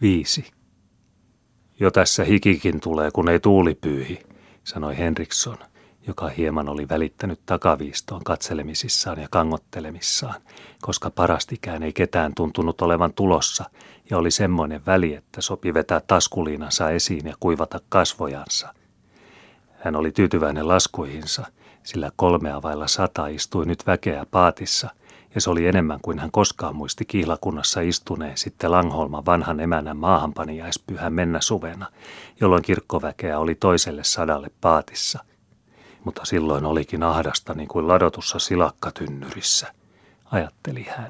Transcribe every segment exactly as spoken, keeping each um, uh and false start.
Viisi. Jo tässä hikikin tulee, kun ei tuuli pyyhi, sanoi Henriksson, joka hieman oli välittänyt takaviistoon katselemisissaan ja kangottelemissaan, koska parastikään ei ketään tuntunut olevan tulossa ja oli semmoinen väli, että sopi vetää taskuliinansa esiin ja kuivata kasvojansa. Hän oli tyytyväinen laskuihinsa, sillä kolmea vailla sata istui nyt väkeä paatissa, ja se oli enemmän kuin hän koskaan muisti kihlakunnassa istuneen sitten Langholman vanhan emännän maahanpaniaispyhän mennä suvena, jolloin kirkkoväkeä oli toiselle sadalle paatissa. Mutta silloin olikin ahdasta niin kuin ladotussa silakkatynnyrissä, ajatteli hän.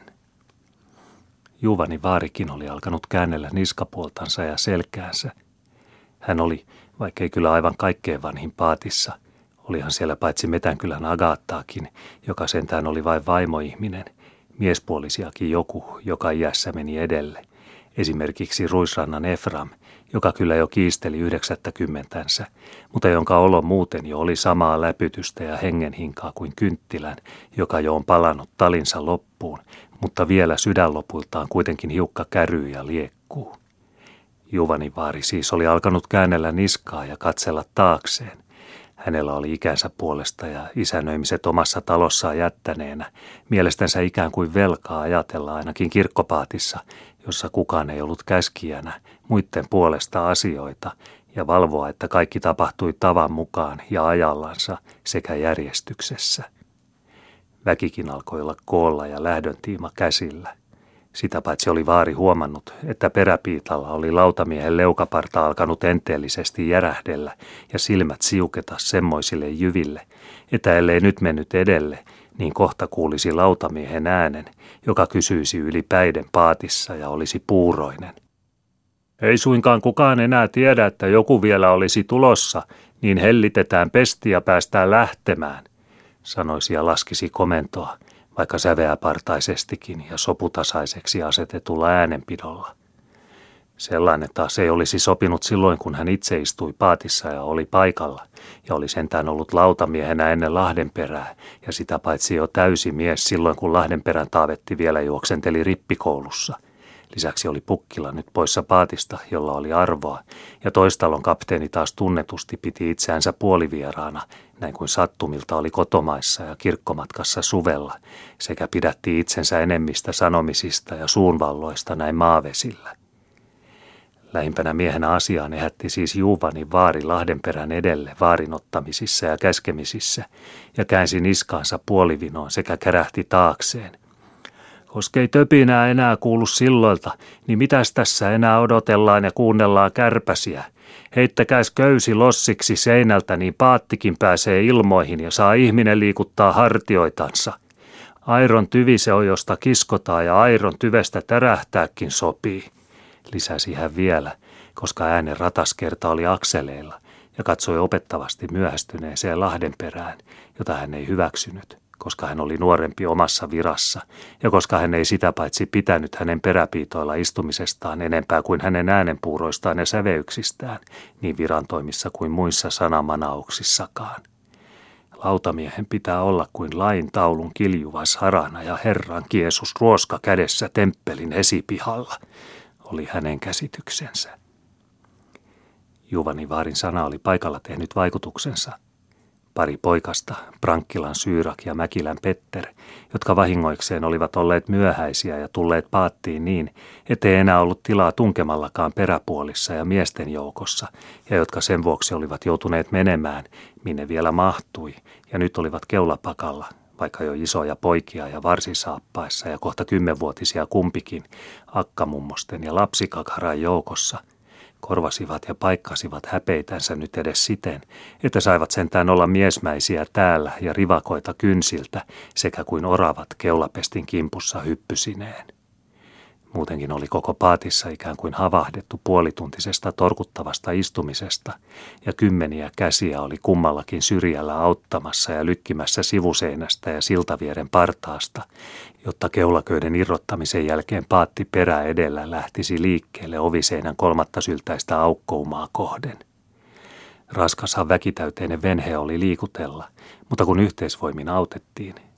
Juvani vaarikin oli alkanut käännellä niskapuoltansa ja selkäänsä. Hän oli, vaikkei kyllä aivan kaikkein vanhin paatissa, olihan siellä paitsi Metänkylän Agaattaakin, joka sentään oli vain vaimoihminen, miespuolisiakin joku, joka iässä meni edelle. Esimerkiksi Ruisrannan Efram, joka kyllä jo kiisteli yhdeksättäkymmentänsä, mutta jonka olo muuten jo oli samaa läpytystä ja hengenhinkaa kuin kynttilän, joka jo on palannut talinsa loppuun, mutta vielä sydänlopultaan kuitenkin hiukka käryy ja liekkuu. Juvanivaari siis oli alkanut käännellä niskaa ja katsella taakseen. Hänellä oli ikänsä puolesta ja isännöimiset omassa talossaan jättäneenä, mielestänsä ikään kuin velkaa ajatella ainakin kirkkopaatissa, jossa kukaan ei ollut käskijänä, muiden puolesta asioita ja valvoa, että kaikki tapahtui tavan mukaan ja ajallansa sekä järjestyksessä. Väkikin alkoi olla koolla ja lähdöntiima käsillä. Sitä paitsi oli vaari huomannut, että peräpiitalla oli lautamiehen leukaparta alkanut enteellisesti järähdellä ja silmät siuketa semmoisille jyville, että ellei nyt mennyt edelle, niin kohta kuulisi lautamiehen äänen, joka kysyisi yli päiden paatissa ja olisi puuroinen. Ei suinkaan kukaan enää tiedä, että joku vielä olisi tulossa, niin hellitetään pesti ja päästään lähtemään, sanoisi ja laskisi komentoa, vaikka säveäpartaisestikin ja soputasaiseksi asetetulla äänenpidolla. Sellainen taas ei olisi sopinut silloin, kun hän itse istui paatissa ja oli paikalla, ja oli sentään ollut lautamiehenä ennen Lahdenperää, ja sitä paitsi jo täysi mies silloin, kun Lahdenperän Taavetti vielä juoksenteli rippikoulussa. Lisäksi oli Pukkila nyt poissa paatista, jolla oli arvoa, ja toistalon kapteeni taas tunnetusti piti itseänsä puolivieraana, näin kuin sattumilta oli kotomaissa ja kirkkomatkassa suvella, sekä pidätti itsensä enemmistä sanomisista ja suunvalloista näin maavesillä. Lähimpänä miehenä asiaan ehätti siis Juvanin vaari Lahdenperän edelle vaarinottamisissa ja käskemisissä, ja käänsi niskaansa puolivinoon sekä kärähti taakseen. Koska ei töpinää enää kuulu silloilta, niin mitäs tässä enää odotellaan ja kuunnellaan kärpäsiä? Heittäkääs köysi lossiksi seinältä, niin paattikin pääsee ilmoihin ja saa ihminen liikuttaa hartioitansa. Airon tyvi se on, josta kiskotaan ja airon tyvestä tärähtääkin sopii, lisäsi hän vielä, koska äänen rataskerta oli akseleilla ja katsoi opettavasti myöhästyneeseen Lahdenperään, jota hän ei hyväksynyt, koska hän oli nuorempi omassa virassa ja koska hän ei sitä paitsi pitänyt hänen peräpiitoilla istumisestaan enempää kuin hänen äänenpuuroistaan ja säveyksistään, niin virantoimissa kuin muissa sanamanauksissakaan. Lautamiehen pitää olla kuin lain taulun kiljuvas harana ja Herran Kiesus ruoska kädessä temppelin esipihalla, oli hänen käsityksensä. Juvanivaarin sana oli paikalla tehnyt vaikutuksensa. Pari poikasta, Prankkilan Syyrak ja Mäkilän Petter, jotka vahingoikseen olivat olleet myöhäisiä ja tulleet paattiin niin, ettei enää ollut tilaa tunkemallakaan peräpuolissa ja miesten joukossa, ja jotka sen vuoksi olivat joutuneet menemään, minne vielä mahtui, ja nyt olivat keulapakalla, vaikka jo isoja poikia ja varsisaappaissa ja kohta kymmenvuotisia kumpikin, akkamummosten ja lapsikakaran joukossa, korvasivat ja paikkasivat häpeitänsä nyt edes siten, että saivat sentään olla miesmäisiä täällä ja rivakoita kynsiltä, sekä kuin oravat keulapestin kimpussa hyppysineen. Muutenkin oli koko paatissa ikään kuin havahdettu puolituntisesta torkuttavasta istumisesta, ja kymmeniä käsiä oli kummallakin syrjällä auttamassa ja lykkimässä sivuseinästä ja siltavieren partaasta, jotta keulaköyden irrottamisen jälkeen paatti perä edellä lähtisi liikkeelle oviseinän kolmatta syltäistä aukkoumaa kohden. Raskashan väkitäyteinen venhe oli liikutella, mutta kun yhteisvoimin autettiin,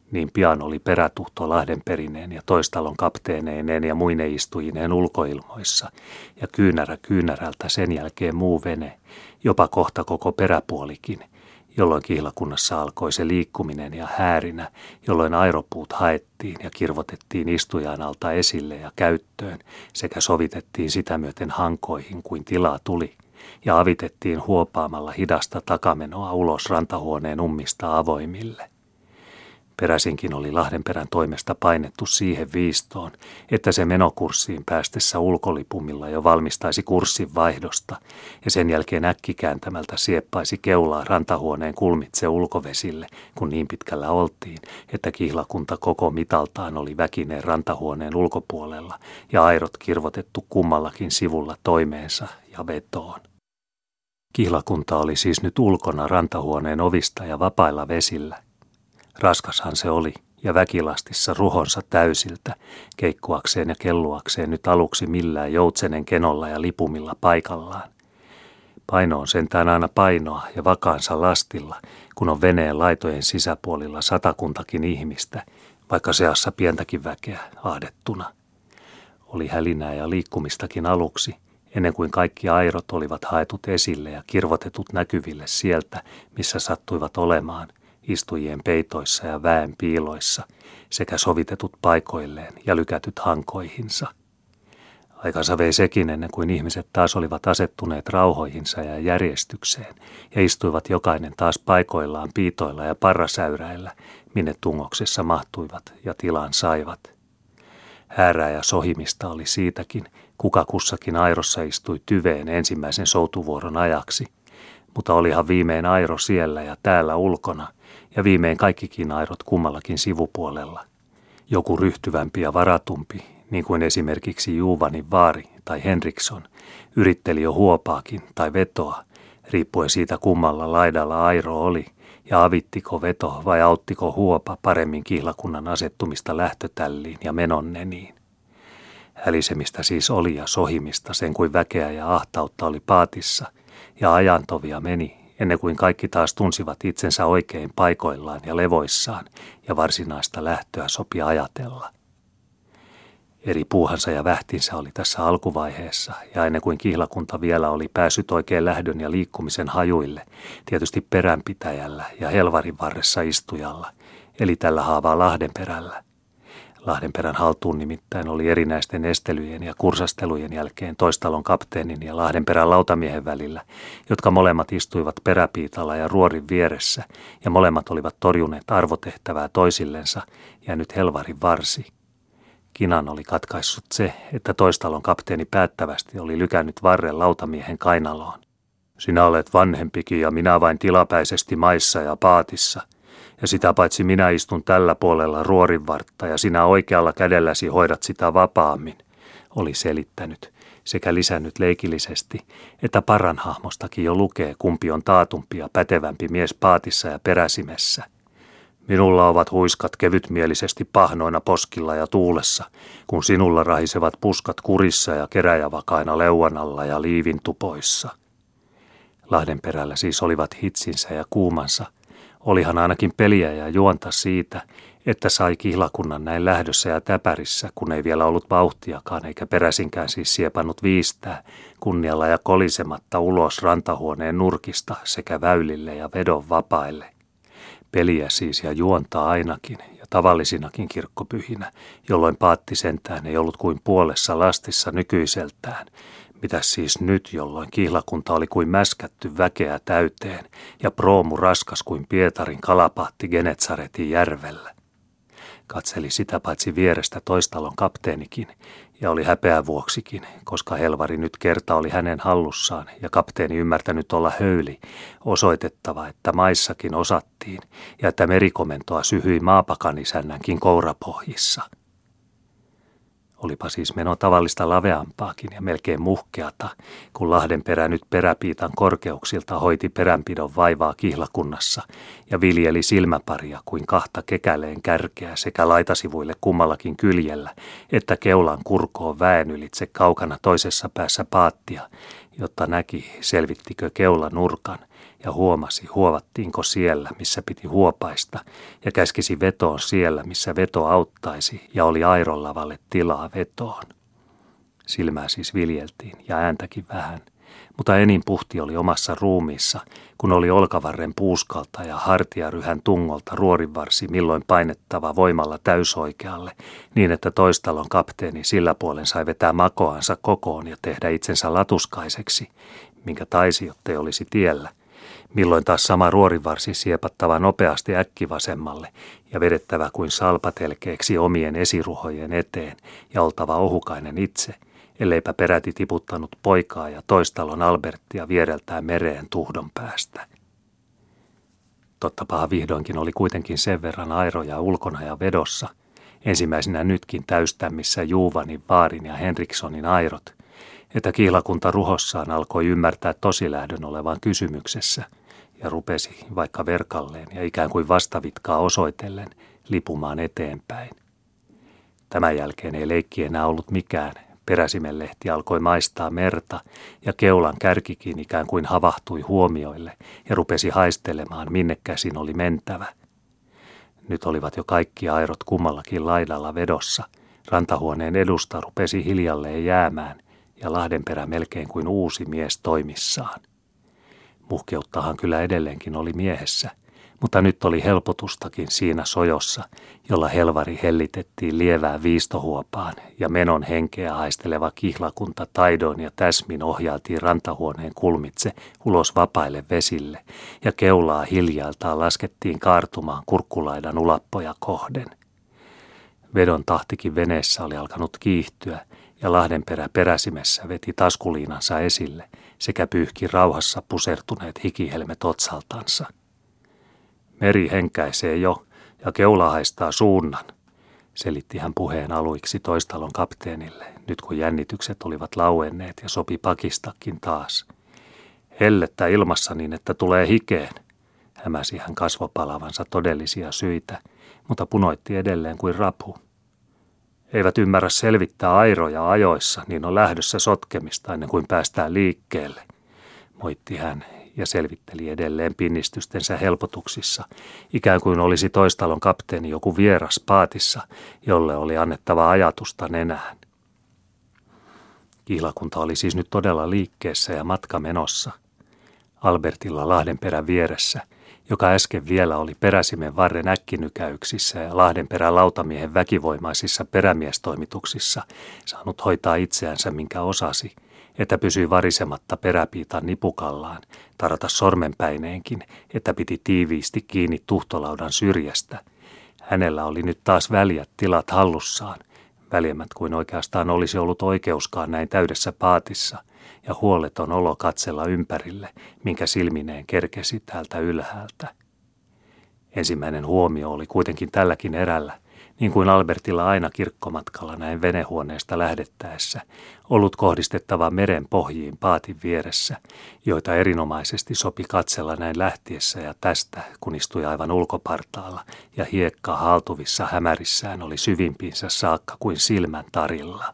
Niin pian oli perätuhto Lahdenperineen ja toistalon kapteeneineen ja muine istujineen ulkoilmoissa, ja kyynärä kyynärältä sen jälkeen muu vene, jopa kohta koko peräpuolikin, jolloin kihlakunnassa alkoi se liikkuminen ja häärinä, jolloin airopuut haettiin ja kirvotettiin istujan alta esille ja käyttöön, sekä sovitettiin sitä myöten hankoihin kuin tilaa tuli, ja avitettiin huopaamalla hidasta takamenoa ulos rantahuoneen ummista avoimille. Peräsinkin oli Lahdenperän toimesta painettu siihen viistoon, että se menokurssiin päästessä ulkolipumilla jo valmistaisi kurssin vaihdosta ja sen jälkeen äkkikääntämältä sieppaisi keulaa rantahuoneen kulmitse ulkovesille, kun niin pitkällä oltiin, että kihlakunta koko mitaltaan oli väkineen rantahuoneen ulkopuolella ja airot kirvotettu kummallakin sivulla toimeensa ja vetoon. Kihlakunta oli siis nyt ulkona rantahuoneen ovista ja vapailla vesillä. Raskashan se oli, ja väkilastissa ruhonsa täysiltä, keikkuakseen ja kelluakseen nyt aluksi millään joutsenen kenolla ja lipumilla paikallaan. Paino on sentään aina painoa ja vakaansa lastilla, kun on veneen laitojen sisäpuolilla satakuntakin ihmistä, vaikka seassa pientäkin väkeä ahdettuna. Oli hälinää ja liikkumistakin aluksi, ennen kuin kaikki airot olivat haetut esille ja kirvotetut näkyville sieltä, missä sattuivat olemaan, istujien peitoissa ja väen piiloissa, sekä sovitetut paikoilleen ja lykätyt hankoihinsa. Aikansa vei sekin ennen kuin ihmiset taas olivat asettuneet rauhoihinsa ja järjestykseen, ja istuivat jokainen taas paikoillaan piitoilla ja parrasäyräillä, minne tungoksessa mahtuivat ja tilan saivat. Häärää ja sohimista oli siitäkin, kuka kussakin airossa istui tyveen ensimmäisen soutuvuoron ajaksi, mutta olihan viimein airo siellä ja täällä ulkona, ja viimein kaikkikin airot kummallakin sivupuolella. Joku ryhtyvämpi ja varatumpi, niin kuin esimerkiksi Juvanin vaari tai Henriksson, yritteli jo huopaakin tai vetoa, riippuen siitä kummalla laidalla airo oli, ja avittiko veto vai auttiko huopa paremmin kihlakunnan asettumista lähtötälliin ja menonneniin. Hälisemistä siis oli ja sohimista sen kuin väkeä ja ahtautta oli paatissa, ja ajantovia meni, ennen kuin kaikki taas tunsivat itsensä oikein paikoillaan ja levoissaan, ja varsinaista lähtöä sopi ajatella. Eri puuhansa ja vähtinsä oli tässä alkuvaiheessa, ja ennen kuin kihlakunta vielä oli päässyt oikein lähdön ja liikkumisen hajuille, tietysti peränpitäjällä ja helvarin varressa istujalla, eli tällä haavaa Lahdenperällä. Lahdenperän haltuun nimittäin oli erinäisten estelyjen ja kursastelujen jälkeen toistalon kapteenin ja Lahdenperän lautamiehen välillä, jotka molemmat istuivat peräpiitalla ja ruorin vieressä, ja molemmat olivat torjuneet arvotehtävää toisillensa, ja nyt helvarin varsi. Kinan oli katkaissut se, että toistalon kapteeni päättävästi oli lykännyt varren lautamiehen kainaloon. Sinä olet vanhempikin ja minä vain tilapäisesti maissa ja paatissa. Ja sitä paitsi minä istun tällä puolella ruorinvartta ja sinä oikealla kädelläsi hoidat sitä vapaammin, oli selittänyt sekä lisännyt leikillisesti, että paranhahmostakin jo lukee, kumpi on taatumpi ja pätevämpi mies paatissa ja peräsimessä. Minulla ovat huiskat kevytmielisesti pahnoina poskilla ja tuulessa, kun sinulla rahisevat puskat kurissa ja keräjävakaina leuanalla ja liivintupoissa. Lahdenperällä siis olivat hitsinsä ja kuumansa. Olihan ainakin peliä ja juonta siitä, että sai kihlakunnan näin lähdössä ja täpärissä, kun ei vielä ollut vauhtiakaan eikä peräsinkään siis siepannut viistää, kunnialla ja kolisematta ulos rantahuoneen nurkista sekä väylille ja vedon vapaille. Peliä siis ja juontaa ainakin ja tavallisinakin kirkkopyhinä, jolloin paatti sentään ei ollut kuin puolessa lastissa nykyiseltään. Mitäs siis nyt, jolloin kihlakunta oli kuin mäskätty väkeä täyteen ja proomu raskas kuin Pietarin kalapaatti Genetsaretin järvellä. Katseli sitä paitsi vierestä toistalon kapteenikin, ja oli häpeä vuoksikin, koska helvari nyt kerta oli hänen hallussaan ja kapteeni ymmärtänyt olla höyli, osoitettava, että maissakin osattiin ja että merikomentoa syhyi maapakanisännänkin kourapohjissa. Olipa siis meno tavallista laveampaakin ja melkein muhkeata, kun Lahdenperä nyt peräpiitan korkeuksilta hoiti peränpidon vaivaa kihlakunnassa ja viljeli silmäparia kuin kahta kekäleen kärkeä sekä laitasivuille kummallakin kyljellä, että keulan kurkoon väen ylitse kaukana toisessa päässä paattia, jotta näki, selvittikö keula nurkan ja huomasi, huovattiinko siellä, missä piti huopaista, ja käskisi vetoon siellä, missä veto auttaisi, ja oli airolavalle tilaa vetoon. Silmää siis viljeltiin, ja ääntäkin vähän, mutta enin puhti oli omassa ruumiissa, kun oli olkavarren puuskalta ja hartiaryhän tungolta ruorinvarsi milloin painettava voimalla täysoikealle, niin että toistalon kapteeni sillä puolen sai vetää makoansa kokoon ja tehdä itsensä latuskaiseksi, minkä taisi, jottei olisi tiellä. Milloin taas sama ruorinvarsi siepattava nopeasti äkkivasemmalle ja vedettävä kuin salpatelkeeksi omien esiruhojen eteen ja oltava ohukainen itse, elleipä peräti tiputtanut poikaa ja toistalon Alberttia viereltään mereen tuhdon päästä. Tottapahan vihdoinkin oli kuitenkin sen verran airoja ulkona ja vedossa, ensimmäisenä nytkin täystämissä Juvanin, Vaarin ja Henrikssonin airot, että kihlakunta ruhossaan alkoi ymmärtää tosilähdön olevan kysymyksessä ja rupesi vaikka verkalleen ja ikään kuin vastavitkaa osoitellen lipumaan eteenpäin. Tämän jälkeen ei leikki enää ollut mikään. Peräsimenlehti alkoi maistaa merta ja keulan kärkikin ikään kuin havahtui huomioille ja rupesi haistelemaan, minne käsin oli mentävä. Nyt olivat jo kaikki airot kummallakin laidalla vedossa. Rantahuoneen edusta rupesi hiljalleen jäämään ja Lahdenperä melkein kuin uusi mies toimissaan. Muhkeuttahan kyllä edelleenkin oli miehessä, mutta nyt oli helpotustakin siinä sojossa, jolla helvari hellitettiin lievään viistohuopaan ja menon henkeä haisteleva kihlakunta taidoin ja täsmin ohjaatiin rantahuoneen kulmitse ulos vapaille vesille ja keulaa hiljaltaan laskettiin kaartumaan kurkkulaidan ulappoja kohden. Vedon tahtikin veneessä oli alkanut kiihtyä ja Lahdenperä peräsimessä veti taskuliinansa esille sekä pyyhki rauhassa pusertuneet hikihelmet otsaltansa. Meri henkäisee jo ja keula haistaa suunnan, selitti hän puheen aluiksi toistalon kapteenille, nyt kun jännitykset olivat lauenneet ja sopi pakistakin taas. Hellettä ilmassa niin, että tulee hikeen, hämäsi hän kasvopalavansa todellisia syitä, mutta punoitti edelleen kuin rapu. Eivät ymmärrä selvittää airoja ajoissa, niin on lähdössä sotkemista ennen kuin päästään liikkeelle, moitti hän ja selvitteli edelleen pinnistystensä helpotuksissa, ikään kuin olisi toistalon kapteeni joku vieras paatissa, jolle oli annettava ajatusta nenään. Kihlakunta oli siis nyt todella liikkeessä ja matka menossa. Albertilla Lahdenperän vieressä, joka äsken vielä oli peräsimen varren äkkinykäyksissä ja Lahdenperän lautamiehen väkivoimaisissa perämiestoimituksissa, saanut hoitaa itseänsä minkä osasi, että pysyi varisematta peräpiitan nipukallaan, tarata sormenpäineenkin, että piti tiiviisti kiinni tuhtolaudan syrjästä. Hänellä oli nyt taas väljät tilat hallussaan, väljemmät kuin oikeastaan olisi ollut oikeuskaan näin täydessä paatissa, ja huoleton olo katsella ympärille, minkä silmineen kerkesi täältä ylhäältä. Ensimmäinen huomio oli kuitenkin tälläkin erällä, niin kuin Albertilla aina kirkkomatkalla näin venehuoneesta lähdettäessä, ollut kohdistettava meren pohjiin paatin vieressä, joita erinomaisesti sopi katsella näin lähtiessä ja tästä, kun istui aivan ulkopartaalla ja hiekka haltuvissa hämärissään oli syvimpiinsä saakka kuin silmän tarilla.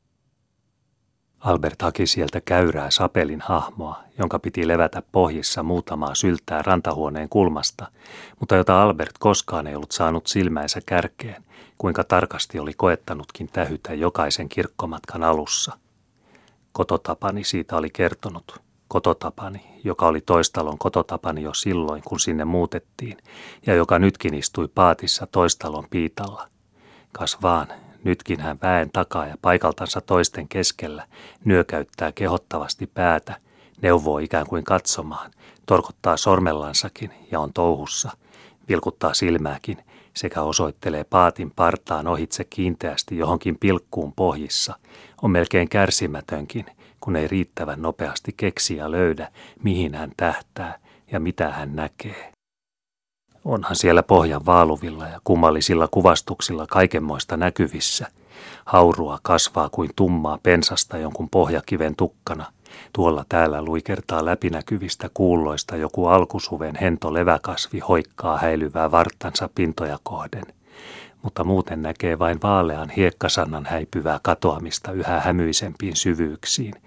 Albert haki sieltä käyrää sapelin hahmoa, jonka piti levätä pohjissa muutamaa syltää rantahuoneen kulmasta, mutta jota Albert koskaan ei ollut saanut silmänsä kärkeen, kuinka tarkasti oli koettanutkin tähytä jokaisen kirkkomatkan alussa. Kototapani siitä oli kertonut. Kototapani, joka oli toistalon kototapani jo silloin, kun sinne muutettiin, ja joka nytkin istui paatissa toistalon piitalla. Kas vaan, nytkin hän väen takaa ja paikaltansa toisten keskellä nyökäyttää kehottavasti päätä, neuvoo ikään kuin katsomaan, torkottaa sormellansakin ja on touhussa, vilkuttaa silmääkin sekä osoittelee paatin partaan ohitse kiinteästi johonkin pilkkuun pohjissa, on melkein kärsimätönkin, kun ei riittävän nopeasti keksi ja löydä, mihin hän tähtää ja mitä hän näkee. Onhan siellä pohjan vaaluvilla ja kummallisilla kuvastuksilla kaikenmoista näkyvissä. Haurua kasvaa kuin tummaa pensasta jonkun pohjakiven tukkana. Tuolla täällä luikertaa läpinäkyvistä kuulloista joku alkusuven hento leväkasvi hoikkaa häilyvää varttansa pintoja kohden. Mutta muuten näkee vain vaalean hiekkasannan häipyvää katoamista yhä hämyisempiin syvyyksiin,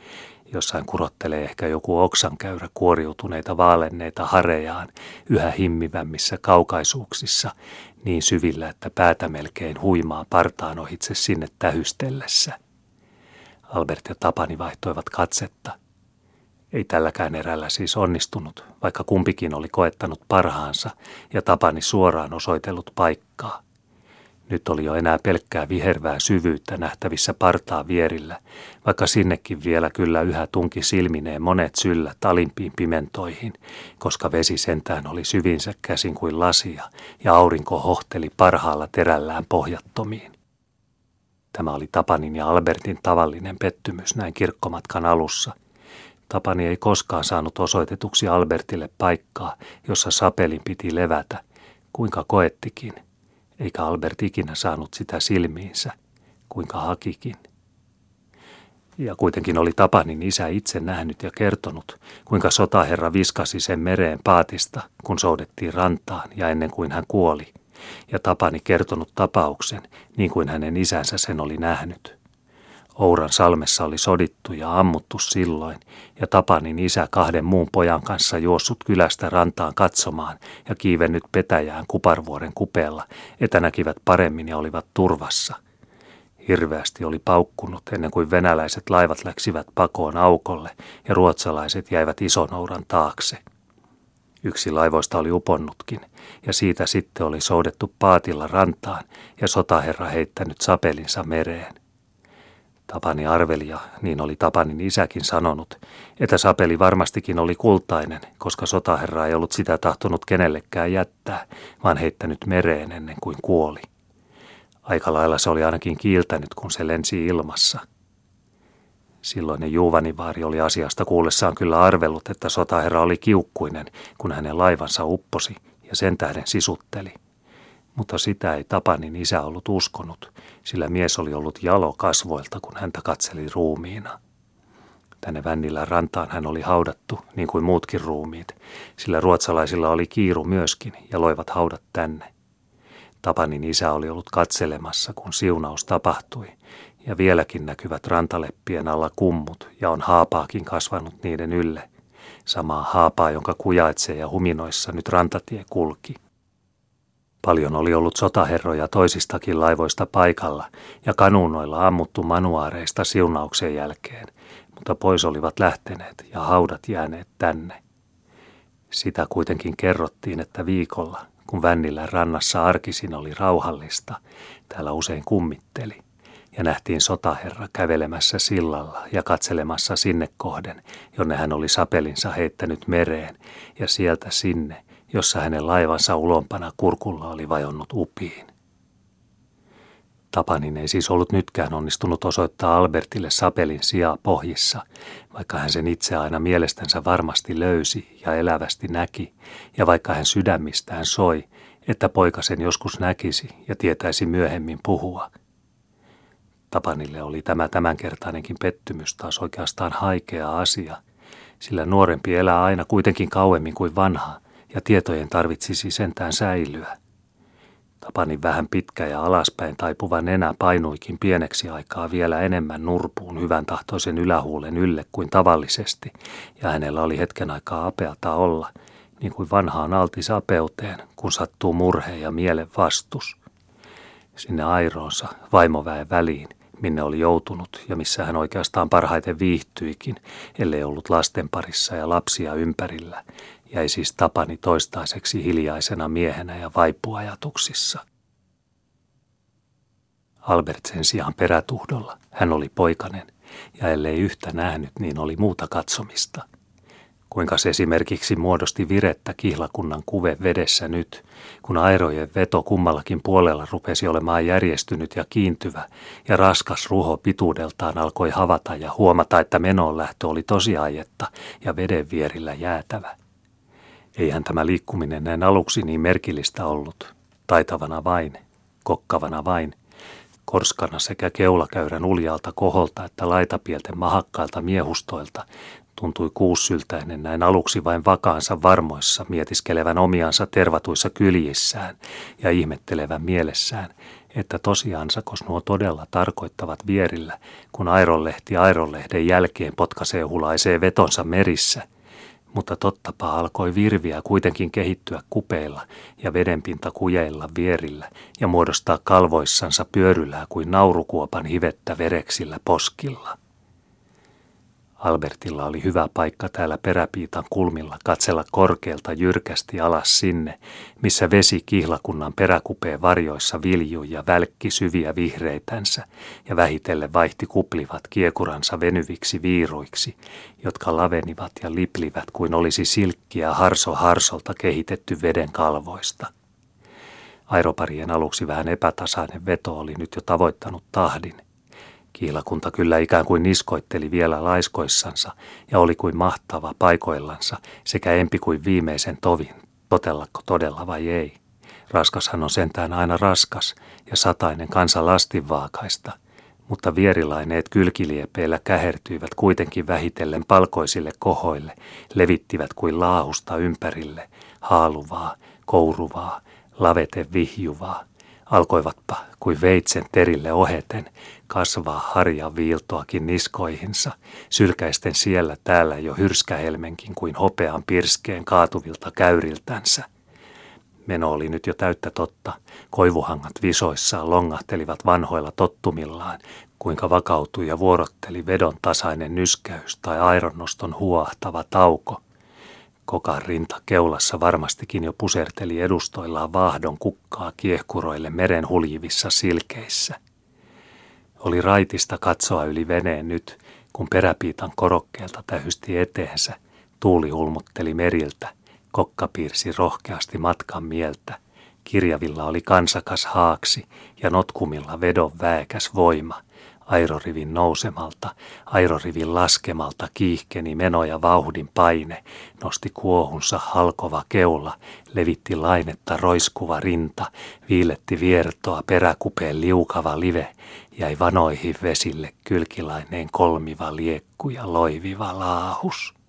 Jossain kurottelee ehkä joku oksankäyrä kuoriutuneita vaalenneita harejaan yhä himmivämmissä kaukaisuuksissa, niin syvillä, että päätä melkein huimaa partaan ohitse sinne tähystellessä. Albert ja Tapani vaihtoivat katsetta. Ei tälläkään erällä siis onnistunut, vaikka kumpikin oli koettanut parhaansa ja Tapani suoraan osoitellut paikkaa. Nyt oli jo enää pelkkää vihervää syvyyttä nähtävissä partaa vierillä, vaikka sinnekin vielä kyllä yhä tunki silmineen monet syllät alimpiin pimentoihin, koska vesi sentään oli syvinsä käsin kuin lasia ja aurinko hohteli parhaalla terällään pohjattomiin. Tämä oli Tapanin ja Albertin tavallinen pettymys näin kirkkomatkan alussa. Tapani ei koskaan saanut osoitetuksi Albertille paikkaa, jossa sapelin piti levätä, kuinka koettikin. Eikä Albert ikinä saanut sitä silmiinsä, kuinka hakikin. Ja kuitenkin oli Tapanin isä itse nähnyt ja kertonut, kuinka sotaherra viskasi sen mereen paatista, kun soudettiin rantaan ja ennen kuin hän kuoli. Ja Tapani kertonut tapauksen, niin kuin hänen isänsä sen oli nähnyt. Ouran salmessa oli sodittu ja ammuttu silloin, ja Tapanin isä kahden muun pojan kanssa juossut kylästä rantaan katsomaan ja kiivennyt petäjään Kuparvuoren kupeella, että näkivät paremmin ja olivat turvassa. Hirveästi oli paukkunut ennen kuin venäläiset laivat läksivät pakoon aukolle ja ruotsalaiset jäivät Isonouran taakse. Yksi laivoista oli uponnutkin, ja siitä sitten oli soudettu paatilla rantaan ja sotaherra heittänyt sapelinsa mereen. Tapani arveli, ja niin oli Tapanin isäkin sanonut, että sapeli varmastikin oli kultainen, koska sotaherra ei ollut sitä tahtonut kenellekään jättää, vaan heittänyt mereen ennen kuin kuoli. Aika lailla se oli ainakin kiiltänyt, kun se lensi ilmassa. Silloinen Juuvanivaari oli asiasta kuullessaan kyllä arvellut, että sotaherra oli kiukkuinen, kun hänen laivansa upposi ja sen tähden sisutteli. Mutta sitä ei Tapanin isä ollut uskonut, sillä mies oli ollut jalo kasvoilta, kun häntä katseli ruumiina. Tänne Vännilän rantaan hän oli haudattu, niin kuin muutkin ruumiit, sillä ruotsalaisilla oli kiiru myöskin ja loivat haudat tänne. Tapanin isä oli ollut katselemassa, kun siunaus tapahtui, ja vieläkin näkyvät rantaleppien alla kummut, ja on haapaakin kasvanut niiden ylle. Samaa haapaa, jonka kujaitsee ja huminoissa nyt rantatie kulki. Paljon oli ollut sotaherroja toisistakin laivoista paikalla ja kanuunoilla ammuttu manuaareista siunauksen jälkeen, mutta pois olivat lähteneet ja haudat jääneet tänne. Sitä kuitenkin kerrottiin, että viikolla, kun Vännilän rannassa arkisin oli rauhallista, täällä usein kummitteli, ja nähtiin sotaherra kävelemässä sillalla ja katselemassa sinne kohden, jonne hän oli sapelinsa heittänyt mereen, ja sieltä sinne, jossa hänen laivansa ulompana kurkulla oli vajonnut upiin. Tapanin ei siis ollut nytkään onnistunut osoittaa Albertille sapelin sijaa pohjissa, vaikka hän sen itse aina mielestänsä varmasti löysi ja elävästi näki, ja vaikka hän sydämistään soi, että poika sen joskus näkisi ja tietäisi myöhemmin puhua. Tapanille oli tämä tämänkertainenkin pettymys taas oikeastaan haikea asia, sillä nuorempi elää aina kuitenkin kauemmin kuin vanha, ja tietojen tarvitsisi sentään säilyä. Tapanin vähän pitkä ja alaspäin taipuva nenä painuikin pieneksi aikaa vielä enemmän nurpuun hyvän tahtoisen ylähuulen ylle kuin tavallisesti, ja hänellä oli hetken aikaa apeata olla, niin kuin vanha on altis apeuteen, kun sattuu murhe ja mielen vastus. Sinne airoonsa, vaimoväen väliin, minne oli joutunut ja missä hän oikeastaan parhaiten viihtyikin, ellei ollut lasten parissa ja lapsia ympärillä, jäi siis Tapani toistaiseksi hiljaisena miehenä ja vaipuajatuksissa. Albert sen sijaan perätuhdolla, hän oli poikanen, ja ellei yhtä nähnyt, niin oli muuta katsomista. Kuinka se esimerkiksi muodosti virettä kihlakunnan kuve vedessä nyt, kun airojen veto kummallakin puolella rupesi olemaan järjestynyt ja kiintyvä, ja raskas ruho pituudeltaan alkoi havata ja huomata, että menoonlähtö oli tosiaietta ja veden vierillä jäätävä. Eihän tämä liikkuminen näin aluksi niin merkillistä ollut, taitavana vain, kokkavana vain, korskana sekä keulakäyrän uljalta koholta että laitapielten mahakkailta miehustoilta, tuntui kuussyltäinen näin aluksi vain vakaansa varmoissa mietiskelevän omiansa tervatuissa kyljissään ja ihmettelevän mielessään, että tosiaansakos nuo todella tarkoittavat vierillä, kun Aironlehti Aironlehden jälkeen potkaisee hulaisee vetonsa merissä. Mutta tottapa alkoi virviä kuitenkin kehittyä kupeilla ja vedenpinta kujeilla vierillä ja muodostaa kalvoissansa pyörylää kuin naurukuopan hivettä vereksillä poskilla. Albertilla oli hyvä paikka täällä peräpiitan kulmilla katsella korkealta jyrkästi alas sinne, missä vesi kihlakunnan peräkupeen varjoissa viljui ja välkki syviä vihreitänsä ja vähitellen vaihti kuplivat kiekuransa venyviksi viiruiksi, jotka lavenivat ja liplivät kuin olisi silkkiä harso harsolta kehitetty veden kalvoista. Airoparien aluksi vähän epätasainen veto oli nyt jo tavoittanut tahdin. Kihlakunta kyllä ikään kuin niskoitteli vielä laiskoissansa ja oli kuin mahtava paikoillansa sekä empi kuin viimeisen tovin, totellako todella vai ei. Raskashan on sentään aina raskas ja satainen kansa lastinvaakaista, mutta vierilaineet kylkiliepeillä kähertyivät kuitenkin vähitellen palkoisille kohoille, levittivät kuin laahusta ympärille, haaluvaa, kouruvaa, lavete vihjuvaa. Alkoivatpa kuin veitsen terille oheten kasvaa harjan viiltoakin niskoihinsa, sylkäisten siellä täällä jo hyrskähelmenkin kuin hopean pirskeen kaatuvilta käyriltänsä. Meno oli nyt jo täyttä totta, koivuhangat visoissaan longahtelivat vanhoilla tottumillaan, kuinka vakautui ja vuorotteli vedon tasainen nyskäys tai aironnoston huoahtava tauko. Kokan rinta keulassa varmastikin jo puserteli edustoillaan vaahdon kukkaa kiehkuroille meren huljivissa silkeissä. Oli raitista katsoa yli veneen nyt, kun peräpiitan korokkeelta tähysti eteensä, tuuli hulmutteli meriltä, kokka piirsi rohkeasti matkan mieltä, kirjavilla oli kansakas haaksi ja notkumilla vedon väekäs voima. Airorivin nousemalta, airorivin laskemalta kiihkeni meno ja vauhdin paine, nosti kuohunsa halkova keula, levitti lainetta roiskuva rinta, viiletti viertoa peräkupeen liukava live, jäi vanoihin vesille kylkilaineen kolmiva liekku ja loiviva laahus.